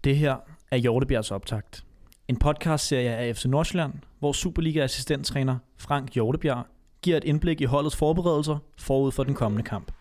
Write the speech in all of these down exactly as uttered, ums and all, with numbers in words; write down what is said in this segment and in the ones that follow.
Det her er Hjortebjergs optakt. En podcastserie af F C Nordsjælland, hvor Superliga-assistenttræner Frank Hjortebjerg giver et indblik i holdets forberedelser forud for den kommende kamp.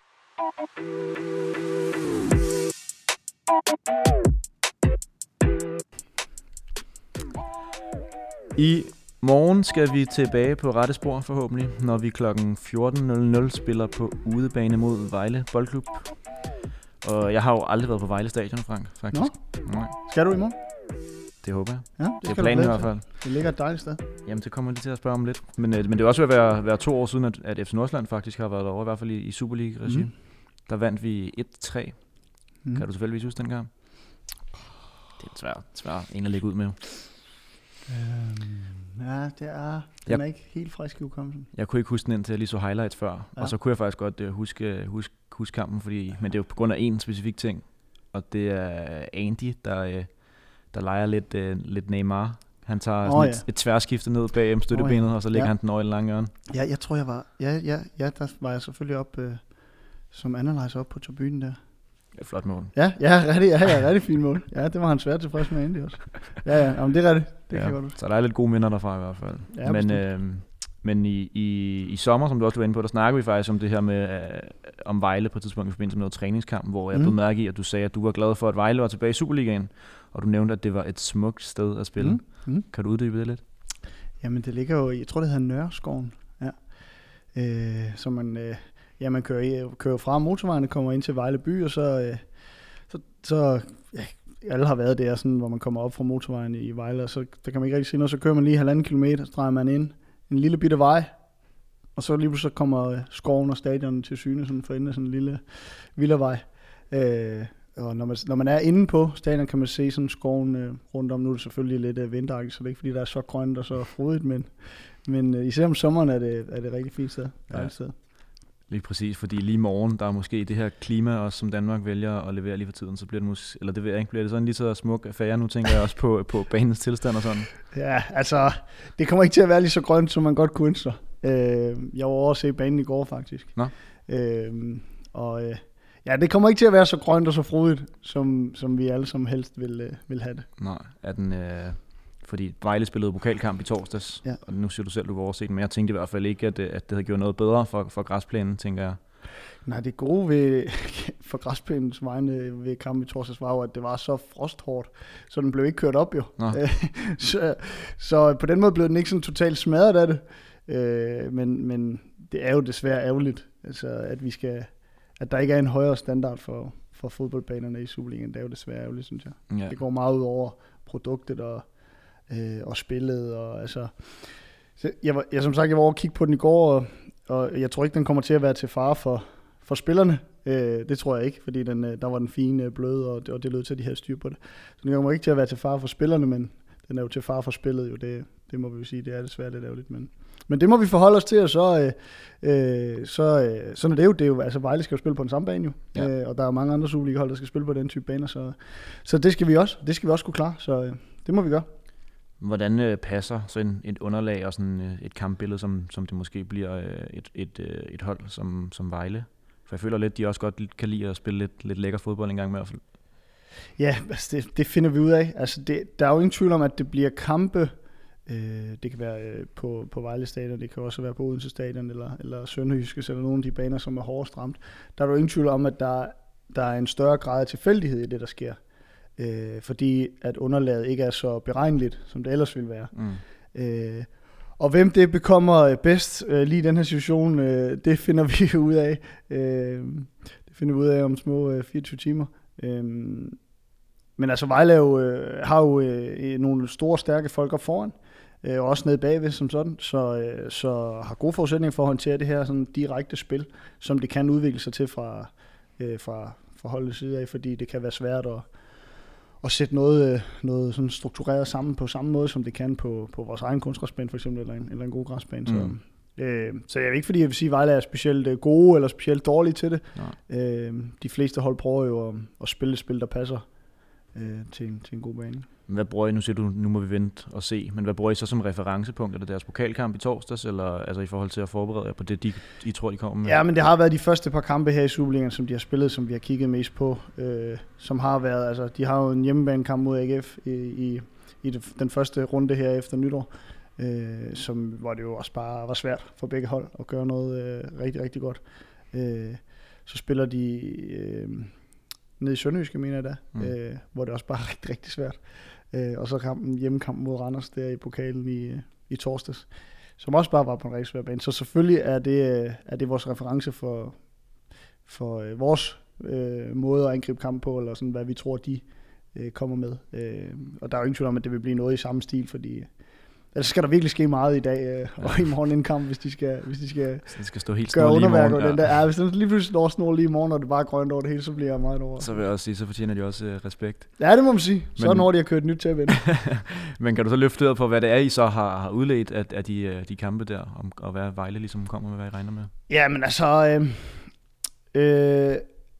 I morgen skal vi tilbage på rette spor forhåbentlig, når vi klokken fjorten nul nul spiller på udebane mod Vejle Boldklub. Og jeg har jo aldrig været på Vejle Stadion, Frank, faktisk. Nå. Nej. Skal du i morgen? Det håber jeg. Ja, det, det er planen i hvert fald. Det ligger et dejligt sted. Jamen, det kommer jeg lige til at spørge om lidt. Men, øh, men det er også ved at være, være to år siden, at, at F C Nordsjælland faktisk har været derovre, i hvert fald i, i Superliga-regi. Mm. Der vandt vi et tre. Mm. Kan du selvfølgelig huske den gang? Det er svært, svært en at lægge ud med. Øhm, ja, det er, den jeg, er ikke helt frisk i hukommelsen. Jeg kunne ikke huske den, indtil jeg lige så highlights før. Ja. Og så kunne jeg faktisk godt uh, huske, huske, huske kampen, fordi, men det er jo på grund af en specifik ting. Og det er Andy, der, uh, der leger lidt, uh, lidt Neymar. Han tager oh, ja. et, et tværskifte ned bag um, støttebenet, oh, ja. og så lægger ja. han den over i den lange hjørne. Ja, jeg tror, jeg var... Ja, ja, ja, der var jeg selvfølgelig op uh, som analyser op på tribunen der. Ja, flot mål. Ja, ja, rigtig, ja, ja, rigtig fint mål. Ja, det var han svært tilfreds med Andy også. Ja, ja, jamen, det er rigtigt. Det ja, kan godt. Så der er lidt gode minder derfra i hvert fald. Ja, men øh, men i, i, i sommer, som du også var inde på, der snakker vi faktisk om det her med øh, om Vejle på et tidspunkt i forbindelse med noget træningskamp, hvor jeg mm. blev mærke i, at du sagde, at du var glad for, at Vejle var tilbage i Superligaen, og du nævnte, at det var et smukt sted at spille. Mm. Mm. Kan du uddybe det lidt? Jamen, det ligger jo, jeg tror, det hedder Nørreskoven. Ja. Øh, så man, øh, ja, man kører, kører fra motorvejen og kommer ind til Vejle by, og så... Øh, Så, så ja, alle har været der, sådan, hvor man kommer op fra motorvejen i Vejle, og så der kan man ikke rigtig se noget. Så kører man lige halvanden kilometer, så drejer man ind en lille bitte vej, og så lige pludselig kommer skoven og stadion til syne, sådan for enden af sådan en lille villavej. Øh, og når man, når man er inde på stadion, kan man se sådan skoven øh, rundt om. Nu er det selvfølgelig lidt øh, vinteragtigt, så det er ikke fordi, der er så grønt og så frodigt, men, men øh, især om sommeren er det, er det et rigtig fint sted. Ja. sted. Lige præcis, fordi lige i morgen, der er måske det her klima, også som Danmark vælger at levere lige for tiden, så bliver det måske, eller det ved jeg ikke, bliver det sådan lige så smuk affære, nu tænker jeg også på, på banens tilstand og sådan. Ja, altså, det kommer ikke til at være lige så grønt, som man godt kunne ønske sig. Øh, jeg var over at se banen i går, faktisk. Nå. Øh, og øh, ja, det kommer ikke til at være så grønt og så frodigt, som, som vi alle som helst vil, øh, vil have det. Nej, er den... Øh fordi Vejle spillede pokalkamp i torsdags, ja. Og nu siger du selv, du var overset, men jeg tænkte i hvert fald ikke, at det, at det havde gjort noget bedre for, for græsplænen, tænker jeg. Nej, det gode ved, for græsplænens vegne ved kampen i torsdags var jo, at det var så frosthårdt, så den blev ikke kørt op jo. så, så på den måde blev den ikke sådan totalt smadret af det, øh, men, men det er jo desværre ærgerligt, altså, at, vi skal, at der ikke er en højere standard for, for fodboldbanerne i Superligaen. Det er jo desværre ærgerligt, synes jeg. Ja. Det går meget ud over produktet og Øh, og spillet, og altså... Jeg, var, jeg som sagt, jeg var over at kigge på den i går, og, og jeg tror ikke, den kommer til at være til fare for, for spillerne. Øh, det tror jeg ikke, fordi den, der var den fine bløde, og, og det lød til, at de havde styr på det. Så den kommer ikke til at være til fare for spillerne, men den er jo til fare for spillet, jo. Det, det må vi jo sige, det er desværre lidt ærgerligt, men... Men det må vi forholde os til, og så, øh, øh, så øh, sådan er det jo. Det er jo altså, Vejle skal jo spille på en samme bane jo, ja. øh, og der er mange andre Superliga-hold, der skal spille på den type baner, så, så det skal vi også, det skal vi også kunne klare, så øh, det må vi gøre. Hvordan øh, passer sådan et underlag og sådan øh, et kampbillede, som, som det måske bliver øh, et, et, øh, et hold som, som Vejle? For jeg føler lidt, de også godt kan lide at spille lidt, lidt lækker fodbold en gang med i hvert fald. Ja, altså det, det finder vi ud af. Altså det, der er jo ingen tvivl om, at det bliver kampe. Øh, det kan være øh, på, på Vejle Stadion, det kan også være på Odense Stadion eller, eller Sønderjyskes eller nogle af de baner, som er hårdest ramt. Der er jo ingen tvivl om, at der, der er en større grad af tilfældighed i det, der sker. Øh, fordi at underlaget ikke er så beregneligt, som det ellers ville være. Mm. Øh, og hvem det bekommer bedst øh, lige i den her situation, øh, det finder vi ud af. Øh, det finder vi ud af om små øh, fireogtyve timer. Øh, men altså Vejle jo, øh, har jo øh, nogle store, stærke folk op foran, øh, og også nede bagved som sådan, så, øh, så har gode forudsætninger for at håndtere det her sådan direkte spil, som det kan udvikle sig til fra, øh, fra, fra holdets side af, fordi det kan være svært at og sætte noget, noget sådan struktureret sammen på samme måde, som det kan på, på vores egen kunstgræsbane for eksempel, eller en, eller en god græsbane. Mm. Så, øh, så jeg er ikke fordi, jeg vil sige, at Vejle er specielt gode eller specielt dårlige til det. Øh, de fleste hold prøver jo at, at spille et spil, der passer øh, til, en, til en god bane. Hvad bruger I, nu siger du, nu må vi vente og se, men hvad bruger I så som referencepunkt? Er det deres pokalkamp i torsdags, eller altså i forhold til at forberede jer på det, de, I tror, de kommer med? Ja, men det har været de første par kampe her i Superligaen, som de har spillet, som vi har kigget mest på. Øh, som har været, altså de har jo en hjemmebanekamp mod A G F i, i, i det, den første runde her efter nytår, øh, som, hvor det jo også bare var svært for begge hold at gøre noget øh, rigtig, rigtig godt. Øh, så spiller de øh, ned i Sønderjyske, mener jeg da, mm. øh, hvor det også bare er rigtig, rigtig svært. Øh, og så kampen, hjemmekampen mod Randers der i pokalen i, i torsdags, som også bare var på en rigtig svær bane. Så selvfølgelig er det, er det vores reference for, for øh, vores øh, måde at angribe kampen på, eller sådan, hvad vi tror, de øh, kommer med. Øh, og der er jo ingen tvivl om, at det vil blive noget i samme stil, fordi ellers skal der virkelig ske meget i dag, øh, og ja. i morgen en kamp, hvis de skal, hvis de skal, det skal stå helt gøre underværk. Ja. Den der, ja, hvis den lige pludselig står snor lige i morgen, og det bare er grønt over det hele, så bliver jeg meget over. Så vil jeg også sige, så fortjener de også øh, respekt. Ja, det må man sige. Så Men, når de har kørt nyt tæppe ind. Men kan du så løfte ud på, hvad det er, I så har, har udledt af, af de, de kampe der, om, og hvad Vejle ligesom kommer med, hvad I regner med? Ja, men altså... Øh, øh,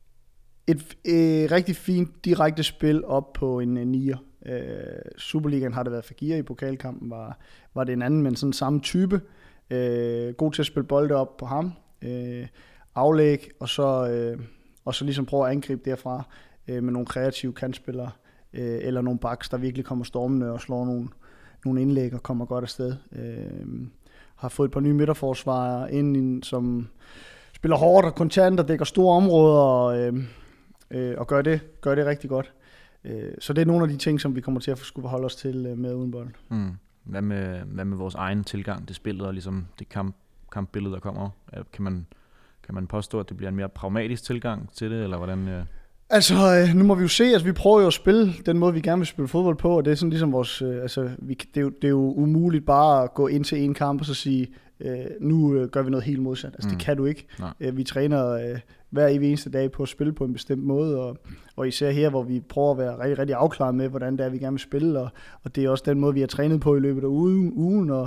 et øh, rigtig fint direkte spil op på en øh, nier. Øh, Superligaen har det været Fagir i pokalkampen, var, var det en anden, men sådan samme type. Øh, god til at spille bolde op på ham. Øh, aflæg, og så, øh, og så ligesom prøve at angribe derfra øh, med nogle kreative kantspillere, øh, eller nogle backs, der virkelig kommer stormende og slår nogle, nogle indlæg og kommer godt afsted. Øh, har fået et par nye midterforsvarere ind, som spiller hårdt og kontant og dækker store områder og, øh, øh, og gør, det, gør det rigtig godt. Øh, så det er nogle af de ting, som vi kommer til at skulle forholde os til øh, med uden bold. Mm. Hvad med, hvad med vores egen tilgang til spillet og ligesom det kamp, kampbillede, der kommer? Kan man, kan man påstå, at det bliver en mere pragmatisk tilgang til det, eller hvordan? Øh? Altså, øh, nu må vi jo se, altså vi prøver jo at spille den måde, vi gerne vil spille fodbold på, og det er sådan ligesom vores, øh, altså vi, det, er jo, det er jo umuligt bare at gå ind til en kamp og så sige, øh, nu øh, gør vi noget helt modsat. Altså mm. det kan du ikke. Øh, vi træner øh, hver evig eneste dag på at spille på en bestemt måde, og, og især her, hvor vi prøver at være rigtig, rigtig afklaret med, hvordan det er, vi gerne vil spille, og, og det er også den måde, vi har trænet på i løbet af ugen, ugen og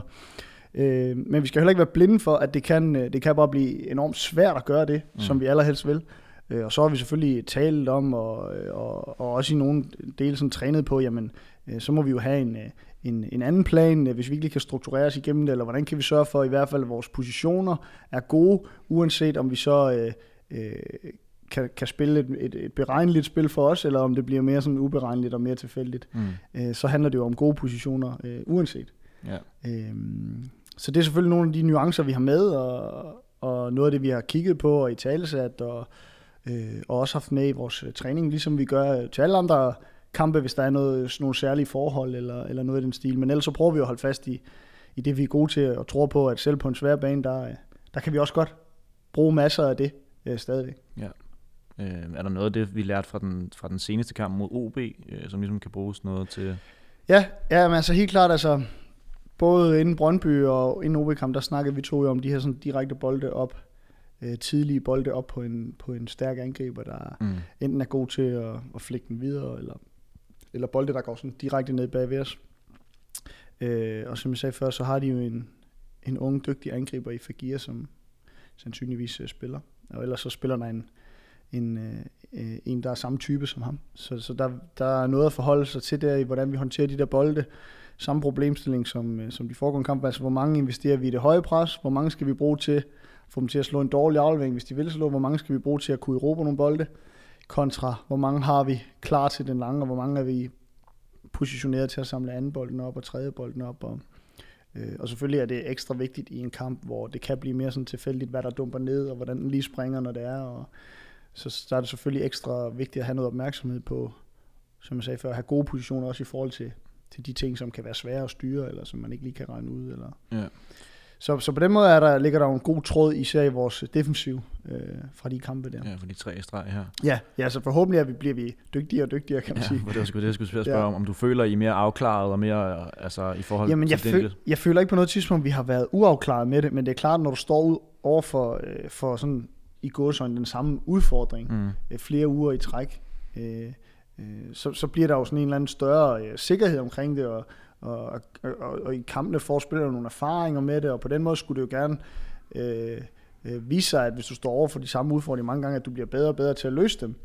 øh, men vi skal heller ikke være blinde for, at det kan, det kan bare blive enormt svært at gøre det, mm. som vi allerhelst vil. Og så har vi selvfølgelig talt om, og, og, og også i nogle dele sådan trænet på, jamen, så må vi jo have en, en, en anden plan, hvis vi ikke kan strukturere os igennem det, eller hvordan kan vi sørge for, at i hvert fald, at vores positioner er gode, uanset om vi så øh, øh, kan, kan spille et, et, et beregneligt spil for os, eller om det bliver mere sådan uberegneligt og mere tilfældigt. Mm. Øh, så handler det jo om gode positioner, øh, uanset. Ja. Øh, så det er selvfølgelig nogle af de nuancer, vi har med, og, og noget af det, vi har kigget på og italesat, og Øh, og også haft med i vores øh, træning, ligesom vi gør til alle andre kampe, hvis der er noget, nogle særlige forhold eller, eller noget i den stil. Men ellers så prøver vi at holde fast i, i det, vi er gode til, og tror på, at selv på en svær bane, der, der kan vi også godt bruge masser af det øh, stadigvæk. Ja. Øh, er der noget af det, vi lærte fra den, fra den seneste kamp mod O B, øh, som ligesom kan bruges noget til? Ja, ja, men altså helt klart, altså både inden Brøndby og inden O B-kamp, der snakkede vi to jo om de her sådan direkte bolde op, tidlige bolde op på en, på en stærk angriber, der mm. enten er god til at, at flække den videre, eller, eller bolde, der går sådan direkte ned bagved os. Øh, og som jeg sagde før, så har de jo en, en ung, dygtig angriber i Fagir, som sandsynligvis uh, spiller. Og ellers så spiller der en, en, uh, en der er samme type som ham. Så, så der, der er noget at forholde sig til der, i hvordan vi håndterer de der bolde. Samme problemstilling som, uh, som de foregående kampe. Altså, hvor mange investerer vi i det høje pres? Hvor mange skal vi bruge til få dem til at slå en dårlig aflevering, hvis de vil slå? Hvor mange skal vi bruge til at kunne erobre nogle bolde? Kontra, hvor mange har vi klar til den lange, og hvor mange er vi positioneret til at samle anden bolden op og tredje bolden op? Og, øh, og selvfølgelig er det ekstra vigtigt i en kamp, hvor det kan blive mere sådan tilfældigt, hvad der dumper ned, og hvordan den lige springer, når det er. Og så der er det selvfølgelig ekstra vigtigt at have noget opmærksomhed på, som jeg sagde før, at have gode positioner også i forhold til, til de ting, som kan være svære at styre, eller som man ikke lige kan regne ud. Eller ja. Så, så på den måde er der, ligger der en god tråd, især i vores defensiv øh, fra de kampe der. Ja, for de tre streg her. Ja, ja, så forhåbentlig er vi, bliver vi dygtigere og dygtigere, kan man ja, sige. Ja, det var sgu det, jeg skulle spørge ja. om. Om du føler, I er mere afklaret og mere altså, i forhold Jamen, til jeg, føl, jeg føler ikke på noget tidspunkt, vi har været uafklaret med det, men det er klart, når du står ud over for, øh, for sådan i gåsøjne den samme udfordring, mm. øh, flere uger i træk, øh, øh, så, så bliver der jo sådan en eller anden større øh, sikkerhed omkring det, og Og, og, og, og i kampene får spillerne nogle erfaringer med det, og på den måde skulle det jo gerne øh, øh, vise sig, at hvis du står over for de samme udfordringer mange gange, at du bliver bedre og bedre til at løse dem.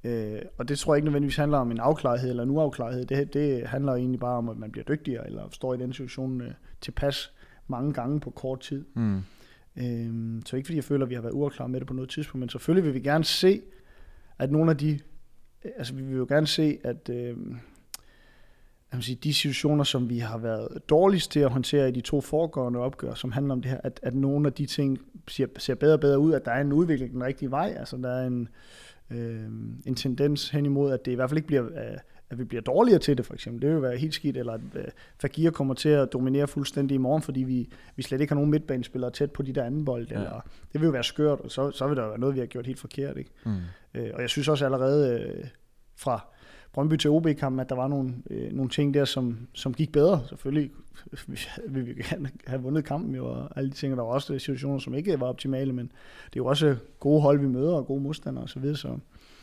Øh, og det tror jeg ikke nødvendigvis handler om en afklarethed eller en uafklarethed. Det, det handler egentlig bare om, at man bliver dygtigere, eller står i den situation øh, tilpas mange gange på kort tid. Mm. Øh, så ikke fordi jeg føler, at vi har været uafklaret med det på noget tidspunkt, men selvfølgelig vil vi gerne se, at nogle af de, altså vi vil jo gerne se, at øh, jeg vil sige, de situationer, som vi har været dårligst til at håndtere i de to foregående opgør, som handler om det her, at, at nogle af de ting ser, ser bedre og bedre ud, at der er en udvikling den rigtige vej, altså der er en Øh, en tendens hen imod, at det i hvert fald ikke bliver, øh, at vi bliver dårligere til det, for eksempel. Det vil jo være helt skidt, eller at øh, Fagir kommer til at dominere fuldstændig i morgen, fordi vi, vi slet ikke har nogen midtbanespillere tæt på de der anden bold, ja. Eller det vil jo være skørt, og så, så vil der være noget, vi har gjort helt forkert, ikke? Mm. Øh, og jeg synes også allerede øh, fra Brøndby til O B-kampen, at der var nogle, øh, nogle ting der, som, som gik bedre. Selvfølgelig vil vi gerne have vundet kampen, jo, og alle de ting, der var også situationer, som ikke var optimale, men det er jo også gode hold, vi møder, og gode modstandere og så videre. Så,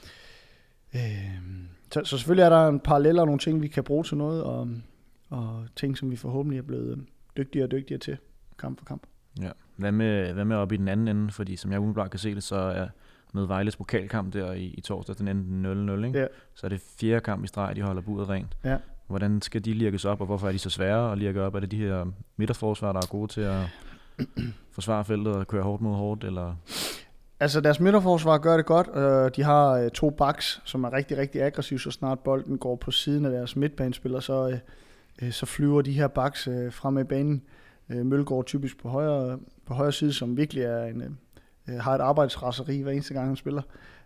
øh, så, så selvfølgelig er der en parallel og nogle ting, vi kan bruge til noget, og, og ting, som vi forhåbentlig er blevet dygtigere og dygtigere til, kamp for kamp. Ja. Hvad med, hvad med op i den anden ende? Fordi som jeg umiddelbart kan se det, så er med Vejles pokalkamp der i, i torsdag, den endte nul nul, ikke? Ja. Så er det fjerde kamp i streg, de holder budet rent. Ja. Hvordan skal de lirkes op, og hvorfor er de så svære at lirke op? Er det de her midterforsvar, der er gode til at forsvare feltet og køre hårdt mod hårdt, eller? Altså deres midterforsvar gør det godt. De har to backs, som er rigtig, rigtig aggressive, så snart bolden går på siden af deres midtbanespillere, så, så flyver de her backs frem i banen. Mølgaard typisk på højre, på højre side, som virkelig er en, har et arbejdsraseri hver eneste gang, han spiller.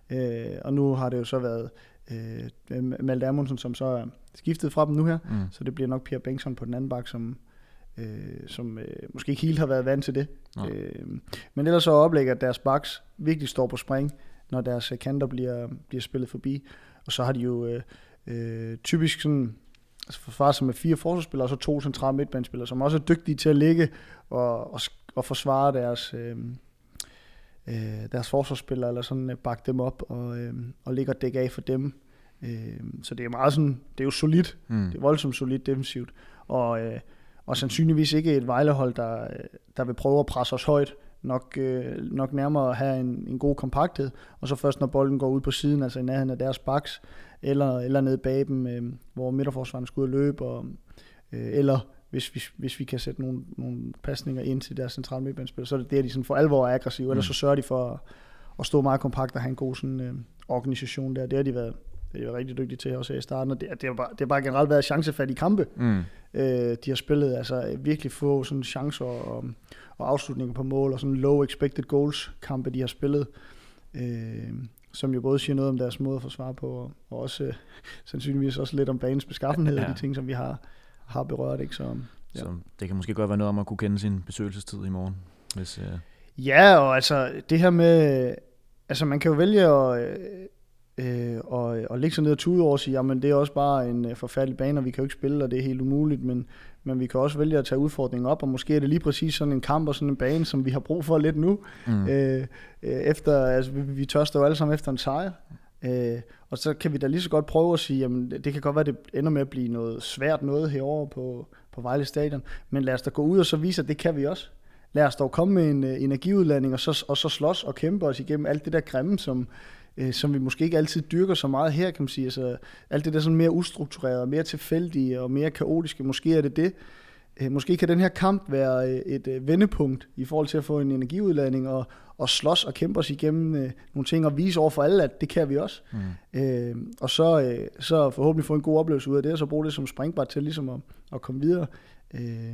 Og nu har det jo så været øh, Malte Amundsen, som så er skiftet fra dem nu her, mm. så det bliver nok Pierre Bengtsson på den anden bak, som, øh, som øh, måske ikke helt har været vant til det. Ja. Øh, men ellers så oplægger, at deres backs virkelig står på spring, når deres kanter bliver, bliver spillet forbi. Og så har de jo øh, øh, typisk sådan, altså forsvaret som med fire forsvarsspillere, og så to centrale midtbanespillere, som også er dygtige til at ligge og, og, og forsvare deres... Øh, deres forsvarsspillere, eller sådan bakke dem op og, øh, og ligge og dække af for dem. Øh, så det er meget sådan, det er jo solidt, mm. det er voldsomt solidt defensivt, og, øh, og sandsynligvis ikke et Vejlehold, der, der vil prøve at presse os højt, nok, øh, nok nærmere at have en, en god kompakthed, og så først når bolden går ud på siden, altså i nærheden af deres backs, eller, eller nede bag dem, øh, hvor midterforsvarerne skal ud og løbe, og, øh, eller Hvis vi, hvis vi kan sætte nogle, nogle pasninger ind til deres centrale midtbanespil, så er det det, de sådan for alvor er aggressive, mm. ellers så sørger de for at, at stå meget kompakt og have en god sådan, øh, organisation der. Det har de været, det har de været rigtig dygtige til også i starten, og det, det, har bare, det har bare generelt været chancefat i kampe. Mm. Øh, de har spillet altså virkelig få sådan chancer og, og afslutninger på mål, og sådan low expected goals kampe, de har spillet, øh, som jo både siger noget om deres måde at forsvare på, og, og også øh, sandsynligvis også lidt om banens beskaffenhed, ja. Og de ting, som vi har har berørt, ikke? Så, ja. Så det kan måske godt være noget om at kunne kende sin besøgelsestid i morgen. Hvis, uh... Ja, og altså det her med, altså man kan jo vælge at, øh, og, og lægge sig ned og tude over og sige, jamen det er også bare en forfærdelig bane, og vi kan jo ikke spille, og det er helt umuligt, men, men vi kan også vælge at tage udfordringen op, og måske er det lige præcis sådan en kamp og sådan en bane, som vi har brug for lidt nu. Mm. Øh, efter, altså vi, vi tørster jo alle sammen efter en sejr. Øh, og så kan vi da lige så godt prøve at sige, jamen det kan godt være, det ender med at blive noget svært noget herovre på, på Vejle Stadion, men lad os da gå ud og så vise, at det kan vi også. Lad os dog komme med en uh, energiudlanding, og så, og så slås og kæmpe os igennem alt det der grimme, som, uh, som vi måske ikke altid dyrker så meget her, kan man sige. Altså, alt det der sådan mere ustruktureret, mere tilfældige og mere kaotiske, måske er det det. Uh, måske kan den her kamp være uh, et uh, vendepunkt i forhold til at få en energiudlanding og og slås og kæmpe os igennem øh, nogle ting og vise over for alle, at det kan vi også. Mm. Øh, og så, øh, så forhåbentlig få en god oplevelse ud af det, og så bruge det som springbræt til ligesom at, at komme videre. Øh,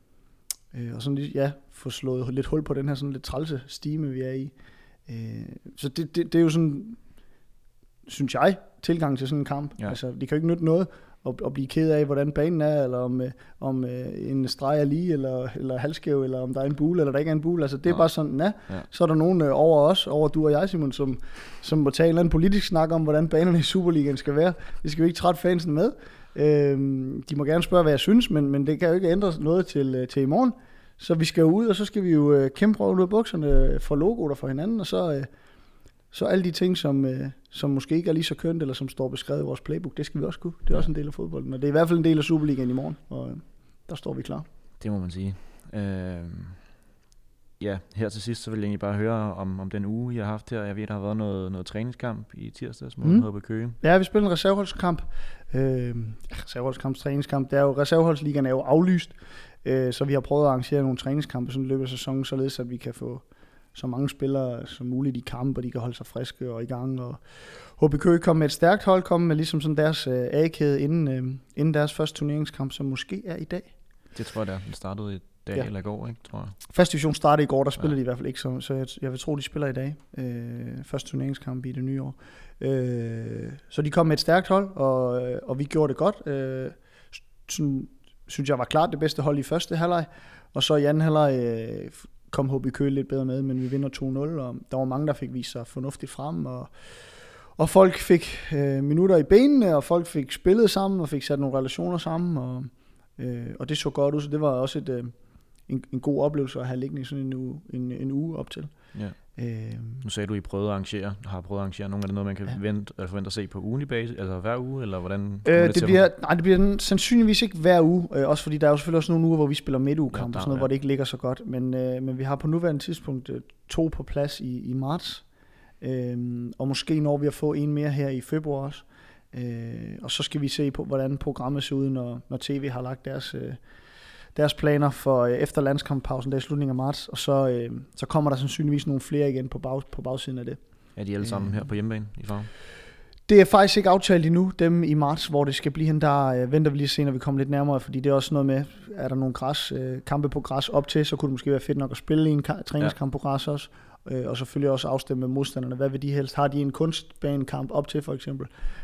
øh, og sådan ja, få slået lidt hul på den her sådan lidt trælse stime, vi er i. Øh, så det, det, det er jo sådan, synes jeg, tilgang til sådan en kamp. Ja. Altså, det kan jo ikke nytte noget at, at blive ked af, hvordan banen er, eller om, om en streg er lige, eller, eller halvskæv, eller om der er en bule, eller der ikke er en bule. Altså, det er ja. Bare sådan, ja. Ja. Så er der nogen over os, over du og jeg, Simon, som, som må tage en eller anden politisk snak om, hvordan banerne i Superligaen skal være. Det skal vi ikke trætte fansen med. Øhm, de må gerne spørge, hvad jeg synes, men, men det kan jo ikke ændre noget til, til i morgen. Så vi skal jo ud, og så skal vi jo kæmpe ud af bukserne for logoer for hinanden, og så... Så alle de ting, som, øh, som måske ikke er lige så kønt, eller som står beskrevet i vores playbook, det skal vi også kunne. Det er ja. Også en del af fodbolden, og det er i hvert fald en del af Superligaen i morgen, og øh, der står vi klar. Det må man sige. Øh, ja, her til sidst, så vil jeg egentlig bare høre om, om den uge, I har haft her. Jeg ved, der har været noget, noget træningskamp i tirsdags mod Mm. H B Køge. Ja, vi spiller en reserveholdskamp. Øh, reserveholdskamp, træningskamp. Det er jo, reserveholdsligaen er jo aflyst, øh, så vi har prøvet at arrangere nogle træningskampe sådan i løbet af sæsonen, således at vi kan få så mange spillere som muligt i kamp, og de kan holde sig friske og i gang. Og H B Køge kom med et stærkt hold, kom med ligesom sådan deres øh, A-kæde inden, øh, inden deres første turneringskamp, som måske er i dag. Det tror jeg, der den startede i dag ja. eller i går, ikke, tror jeg. Første division startede i går, der spiller ja. Ja. de i hvert fald ikke, så, så jeg, jeg vil tro, de spiller i dag. Øh, første turneringskamp i det nye år. Øh, så de kom med et stærkt hold, og, og vi gjorde det godt. Øh, sådan, synes jeg var klart det bedste hold i første halvleg, og så i anden halvleg øh, kom H B Køge lidt bedre med, men vi vinder to nul, og der var mange, der fik vist sig fornuftigt frem, og, og folk fik øh, minutter i benene, og folk fik spillet sammen, og fik sat nogle relationer sammen, og, øh, og det så godt ud, så det var også et, øh, en, en god oplevelse at have liggende sådan en uge, en, en uge op til. Ja. Øh, Nu sagde du, I prøvede at arrangere, har prøvet at arrangere nogle af det noget, man kan ja. vente, eller forvente at se på ugenlig basis, altså hver uge, eller hvordan? Øh, det det, bliver, nej, det bliver sandsynligvis ikke hver uge, øh, også fordi der er jo selvfølgelig også nogle uger, hvor vi spiller midtugekamp, ja, og sådan noget, ja. hvor det ikke ligger så godt, men, øh, men vi har på nuværende tidspunkt øh, to på plads i, i marts, øh, og måske når vi at få en mere her i februar også, øh, og så skal vi se på, hvordan programmet ser ud, når, når T V har lagt deres... Øh, deres planer for øh, efter landskamppausen, der er i slutningen af marts, og så, øh, så kommer der sandsynligvis nogle flere igen på, bag, på bagsiden af det. Er de alle sammen øh, her på hjemmebane i Farum? Det er faktisk ikke aftalt endnu, dem i marts, hvor det skal blive hen, der øh, venter vi lige at se, når vi kommer lidt nærmere, fordi det er også noget med, er der nogle græs, øh, kampe på græs op til, så kunne det måske være fedt nok at spille i en ka- træningskamp ja. på græs også, øh, og selvfølgelig også afstemme med modstanderne, hvad vil de helst, har de en kunstbanekamp op til for eksempel,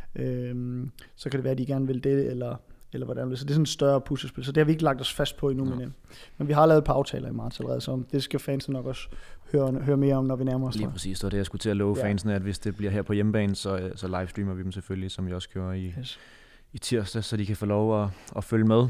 øh, så kan det være, at de gerne vil det, eller eller hvordan. Så det er sådan et større puslespil, så det har vi ikke lagt os fast på endnu, ja. men, men vi har lavet et par aftaler i marts allerede, så det skal fansene nok også høre, høre mere om, når vi nærmer os. Lige præcis, det var det, jeg skulle til at love ja. fansene, at hvis det bliver her på hjemmebane, så, så livestreamer vi dem selvfølgelig, som vi også gjorde i, yes. i tirsdag, så de kan få lov at, at følge med.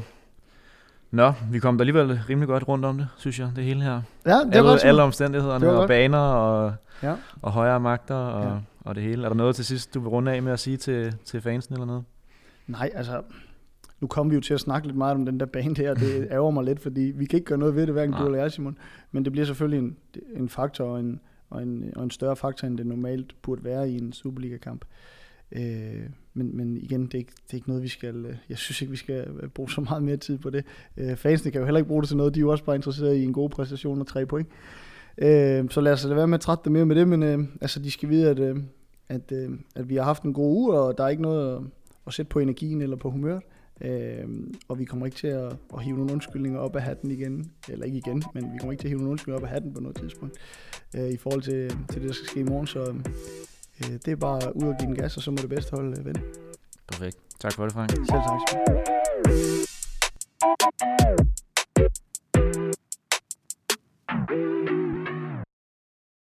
Nå, vi kom da alligevel rimelig godt rundt om det, synes jeg, det hele her. Ja, det alle, var alle omstændighederne og baner og, ja. og højere magter og, ja. og det hele. Er der noget til sidst, du vil runde af med at sige til, til fansen eller noget? Nej, altså... Nu kommer vi jo til at snakke lidt meget om den der bane der, det ærger mig lidt, fordi vi kan ikke gøre noget ved det, hverken du eller jeg, Simon. Men det bliver selvfølgelig en, en faktor og en, og, en, og en større faktor, end det normalt burde være i en Superliga-kamp. Øh, men, men igen, det er, ikke, det er ikke noget, vi skal... Jeg synes ikke, vi skal bruge så meget mere tid på det. Øh, fansene kan jo heller ikke bruge det til noget, de er jo også bare interesserede i en god præstation og tre point. Øh, så lad os lade være med at trætte dem mere med det, men øh, altså, de skal vide, at, øh, at, øh, at vi har haft en god uge, og der er ikke noget at, at sætte på energien eller på humøret. Øh, og vi kommer ikke til at, at hive nogle undskyldninger op af hatten igen, eller ikke igen, men vi kommer ikke til at hive nogle undskyldninger op af hatten på noget tidspunkt øh, i forhold til, til det, der skal ske i morgen, så øh, det er bare ud og give den gas, og så må det bedste hold øh, vinde. Perfekt. Tak for det, Frank. Selv tak.